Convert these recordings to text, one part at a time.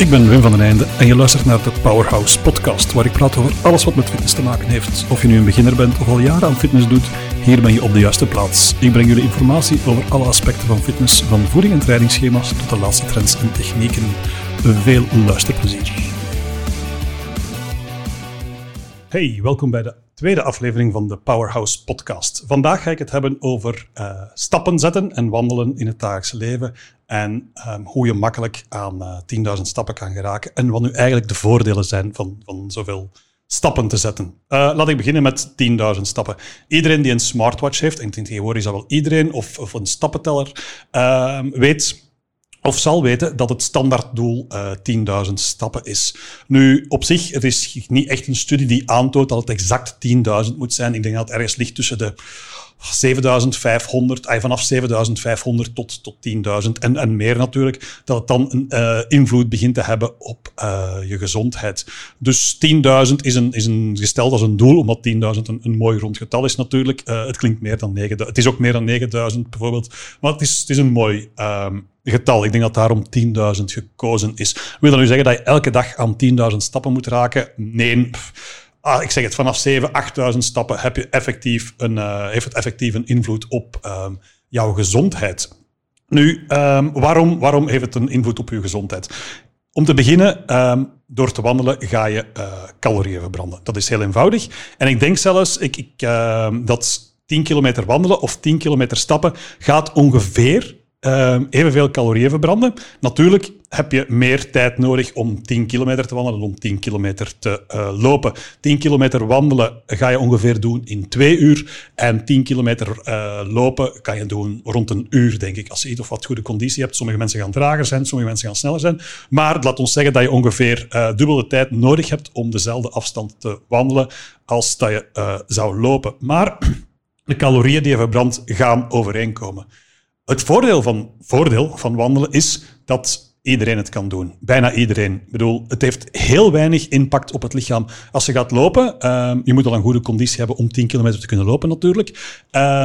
Ik ben Wim van den Einde en je luistert naar de Powerhouse podcast, waar ik praat over alles wat met fitness te maken heeft. Of je nu een beginner bent of al jaren aan fitness doet, hier ben je op de juiste plaats. Ik breng jullie informatie over alle aspecten van fitness, van voeding en trainingsschema's tot de laatste trends en technieken. Veel luisterplezier. Hey, welkom bij de tweede aflevering van de Powerhouse podcast. Vandaag ga ik het hebben over stappen zetten en wandelen in het dagelijkse leven en hoe je makkelijk aan 10.000 stappen kan geraken en wat nu eigenlijk de voordelen zijn van zoveel stappen te zetten. Laat ik beginnen met 10.000 stappen. Iedereen die een smartwatch heeft, en tegenwoordig is dat wel iedereen, of een stappenteller, weet of zal weten dat het standaarddoel 10.000 stappen is. Nu, op zich, het is niet echt een studie die aantoont dat het exact 10.000 moet zijn. Ik denk dat het ergens ligt tussen de 7.500, vanaf 7.500 tot 10.000 en meer natuurlijk, dat het dan een invloed begint te hebben op je gezondheid. Dus 10.000 is een gesteld als een doel, omdat 10.000 een mooi rond getal is natuurlijk. Het klinkt meer dan 9.000. Het is ook meer dan 9.000 bijvoorbeeld, maar het is een mooi getal. Ik denk dat daarom 10.000 gekozen is. Wil dat nu zeggen dat je elke dag aan 10.000 stappen moet raken? Nee. Ik zeg het, vanaf 7.000, 8.000 stappen heeft het effectief een invloed op jouw gezondheid. Nu, waarom heeft het een invloed op je gezondheid? Om te beginnen, door te wandelen ga je calorieën verbranden. Dat is heel eenvoudig. En ik denk zelfs dat 10 kilometer wandelen of 10 kilometer stappen gaat ongeveer evenveel calorieën verbranden. Natuurlijk heb je meer tijd nodig om 10 kilometer te wandelen dan om 10 kilometer te lopen. 10 kilometer wandelen ga je ongeveer doen in 2 uur. En 10 kilometer lopen kan je doen rond een uur, denk ik. Als je iets of wat goede conditie hebt. Sommige mensen gaan trager zijn, sommige mensen gaan sneller zijn. Maar laat ons zeggen dat je ongeveer dubbel de tijd nodig hebt om dezelfde afstand te wandelen als dat je zou lopen. Maar de calorieën die je verbrandt gaan overeenkomen. Het voordeel van wandelen is dat iedereen het kan doen. Bijna iedereen. Ik bedoel, het heeft heel weinig impact op het lichaam. Als je gaat lopen, je moet al een goede conditie hebben om 10 kilometer te kunnen lopen natuurlijk.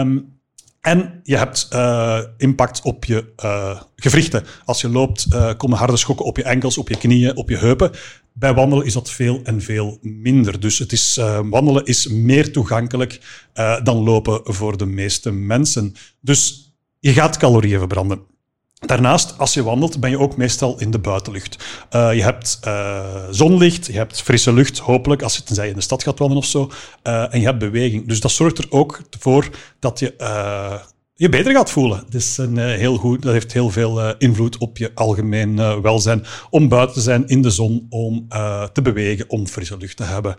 En je hebt impact op je gewrichten. Als je loopt, komen harde schokken op je enkels, op je knieën, op je heupen. Bij wandelen is dat veel en veel minder. Dus wandelen is meer toegankelijk dan lopen voor de meeste mensen. Dus je gaat calorieën verbranden. Daarnaast, als je wandelt, ben je ook meestal in de buitenlucht. Je hebt zonlicht, je hebt frisse lucht, hopelijk, als je tenzij in de stad gaat wandelen of zo. En je hebt beweging. Dus dat zorgt er ook voor dat je je beter gaat voelen. Dat heeft heel veel invloed op je algemeen welzijn. Om buiten te zijn, in de zon, om te bewegen, om frisse lucht te hebben.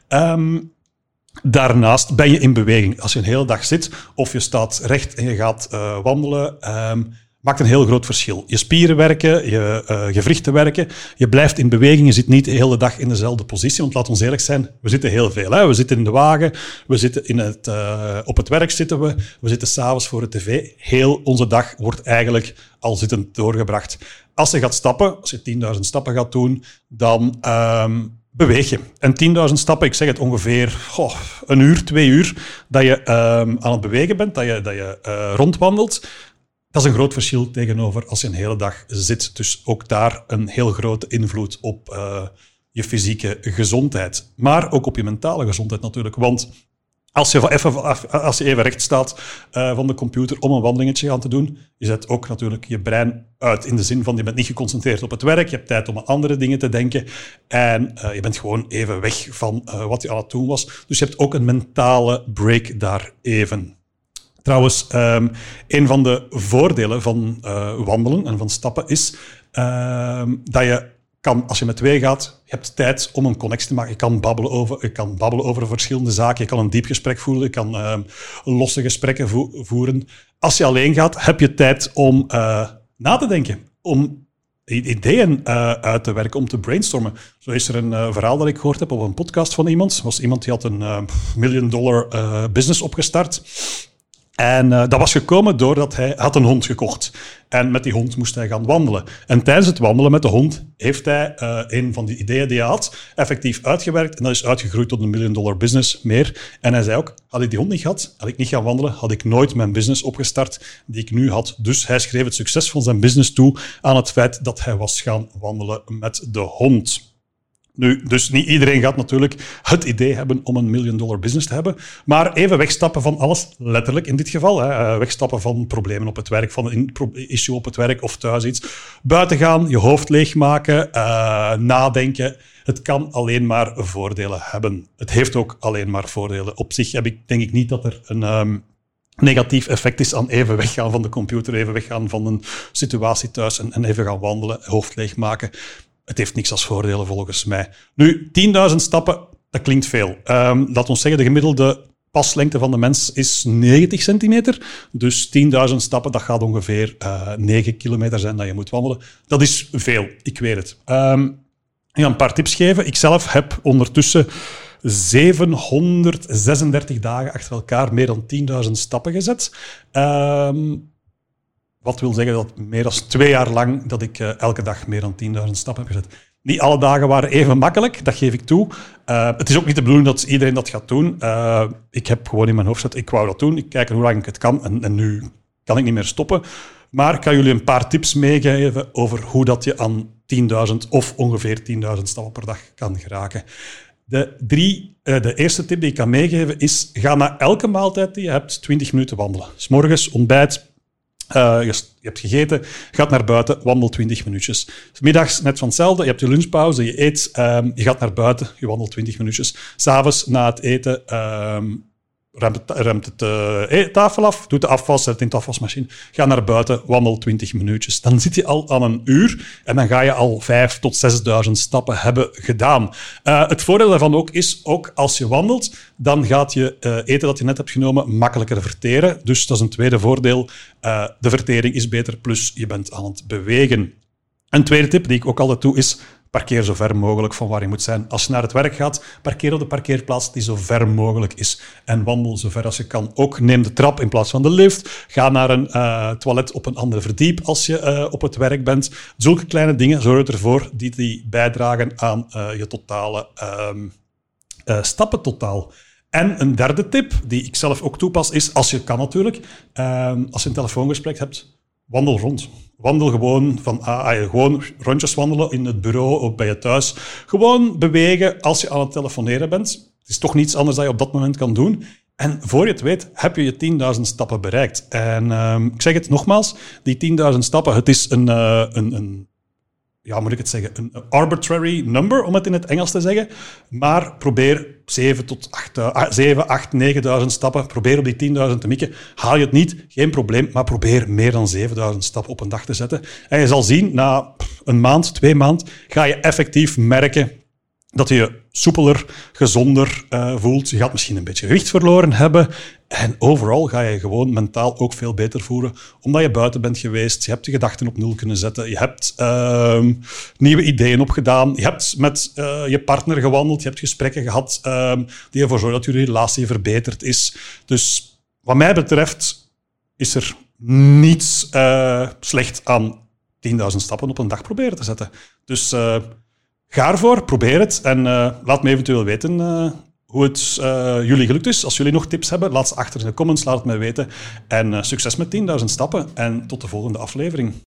Daarnaast ben je in beweging. Als je een hele dag zit of je staat recht en je gaat wandelen, maakt een heel groot verschil. Je spieren werken, je gewrichten werken, je blijft in beweging, je zit niet de hele dag in dezelfde positie, want laat ons eerlijk zijn, we zitten heel veel. Hè? We zitten in de wagen, we zitten op het werk zitten we zitten 's avonds voor de tv. Heel onze dag wordt eigenlijk al zittend doorgebracht. Als je gaat stappen, als je 10.000 stappen gaat doen, dan beweeg je. En 10.000 stappen, ik zeg het ongeveer een uur, 2 uur, dat je aan het bewegen bent, dat je rondwandelt. Dat is een groot verschil tegenover als je een hele dag zit. Dus ook daar een heel grote invloed op je fysieke gezondheid. Maar ook op je mentale gezondheid natuurlijk. Want als je even recht staat van de computer om een wandelingetje aan te doen, je zet ook natuurlijk je brein uit. In de zin van, je bent niet geconcentreerd op het werk, je hebt tijd om aan andere dingen te denken en je bent gewoon even weg van wat je aan het doen was. Dus je hebt ook een mentale break daar even. Trouwens, een van de voordelen van wandelen en van stappen is dat je kan, als je met 2 gaat, je hebt tijd om een connectie te maken. Je kan babbelen over verschillende zaken. Je kan een diep gesprek voeren. Je kan losse gesprekken voeren. Als je alleen gaat, heb je tijd om na te denken. Om ideeën uit te werken, om te brainstormen. Zo is er een verhaal dat ik gehoord heb op een podcast van iemand. Er was iemand die had een $1 million business opgestart. En dat was gekomen doordat hij had een hond gekocht. En met die hond moest hij gaan wandelen. En tijdens het wandelen met de hond heeft hij een van die ideeën die hij had effectief uitgewerkt. En dat is uitgegroeid tot $1 million business meer. En hij zei ook, had ik die hond niet gehad, had ik niet gaan wandelen, had ik nooit mijn business opgestart die ik nu had. Dus hij schreef het succes van zijn business toe aan het feit dat hij was gaan wandelen met de hond. Nu, dus niet iedereen gaat natuurlijk het idee hebben om $1 million business te hebben, maar even wegstappen van alles, letterlijk in dit geval. Wegstappen van problemen op het werk, van een issue op het werk of thuis iets. Buiten gaan, je hoofd leegmaken, nadenken. Het kan alleen maar voordelen hebben. Het heeft ook alleen maar voordelen. Op zich denk ik niet dat er een negatief effect is aan even weggaan van de computer, even weggaan van een situatie thuis en even gaan wandelen, hoofd leegmaken. Het heeft niks als voordelen volgens mij. Nu, 10.000 stappen, dat klinkt veel. Laat ons zeggen, de gemiddelde paslengte van de mens is 90 centimeter. Dus 10.000 stappen, dat gaat ongeveer 9 kilometer zijn dat je moet wandelen. Dat is veel, ik weet het. Ik ga een paar tips geven. Ik zelf heb ondertussen 736 dagen achter elkaar meer dan 10.000 stappen gezet. Wat wil zeggen dat meer dan 2 jaar lang dat ik elke dag meer dan 10.000 stappen heb gezet. Niet alle dagen waren even makkelijk, dat geef ik toe. Het is ook niet de bedoeling dat iedereen dat gaat doen. Ik heb gewoon in mijn hoofd gezet, ik wou dat doen. Ik kijk hoe lang ik het kan en nu kan ik niet meer stoppen. Maar ik kan jullie een paar tips meegeven over hoe dat je aan 10.000 of ongeveer 10.000 stappen per dag kan geraken. De eerste tip die ik kan meegeven is, ga na elke maaltijd die je hebt 20 minuten wandelen. 's Morgens ontbijt, je hebt gegeten, gaat naar buiten, wandel 20 minuutjes. 's Middags net van hetzelfde, je hebt je lunchpauze, je eet, je gaat naar buiten, je wandelt 20 minuutjes. 's Avonds na het eten ruimt het tafel af, doet de afwas, zet het in de afwasmachine, ga naar buiten, wandel 20 minuutjes. Dan zit je al aan een uur en dan ga je al 5.000 tot 6.000 stappen hebben gedaan. Het voordeel daarvan ook is, ook als je wandelt, dan gaat je eten dat je net hebt genomen makkelijker verteren. Dus dat is een tweede voordeel. De vertering is beter, plus je bent aan het bewegen. Een tweede tip die ik ook altijd doe is, parkeer zo ver mogelijk van waar je moet zijn. Als je naar het werk gaat, parkeer op de parkeerplaats die zo ver mogelijk is. En wandel zo ver als je kan. Ook neem de trap in plaats van de lift. Ga naar een toilet op een andere verdiep als je op het werk bent. Zulke kleine dingen zorgen ervoor die bijdragen aan je totale stappentotaal. En een derde tip, die ik zelf ook toepas, is, als je kan natuurlijk, als je een telefoongesprek hebt, wandel rond. Wandel gewoon, gewoon rondjes wandelen in het bureau of bij je thuis. Gewoon bewegen als je aan het telefoneren bent. Het is toch niets anders dat je op dat moment kan doen. En voor je het weet, heb je je 10.000 stappen bereikt. En ik zeg het nogmaals, die 10.000 stappen, het is een arbitrary number, om het in het Engels te zeggen. Maar probeer 7, 8, 9.000 stappen. Probeer op die 10.000 te mikken. Haal je het niet, geen probleem, maar probeer meer dan 7.000 stappen op een dag te zetten. En je zal zien, na een maand, 2 maanden, ga je effectief merken dat je je soepeler, gezonder voelt. Je gaat misschien een beetje gewicht verloren hebben. En overal ga je gewoon mentaal ook veel beter voelen. Omdat je buiten bent geweest. Je hebt je gedachten op nul kunnen zetten. Je hebt nieuwe ideeën opgedaan. Je hebt met je partner gewandeld. Je hebt gesprekken gehad die ervoor zorgen dat je relatie verbeterd is. Dus wat mij betreft is er niets slecht aan 10.000 stappen op een dag proberen te zetten. Dus ga ervoor, probeer het en laat me eventueel weten hoe het jullie gelukt is. Als jullie nog tips hebben, laat ze achter in de comments, laat het mij weten. En succes met 10.000 stappen en tot de volgende aflevering.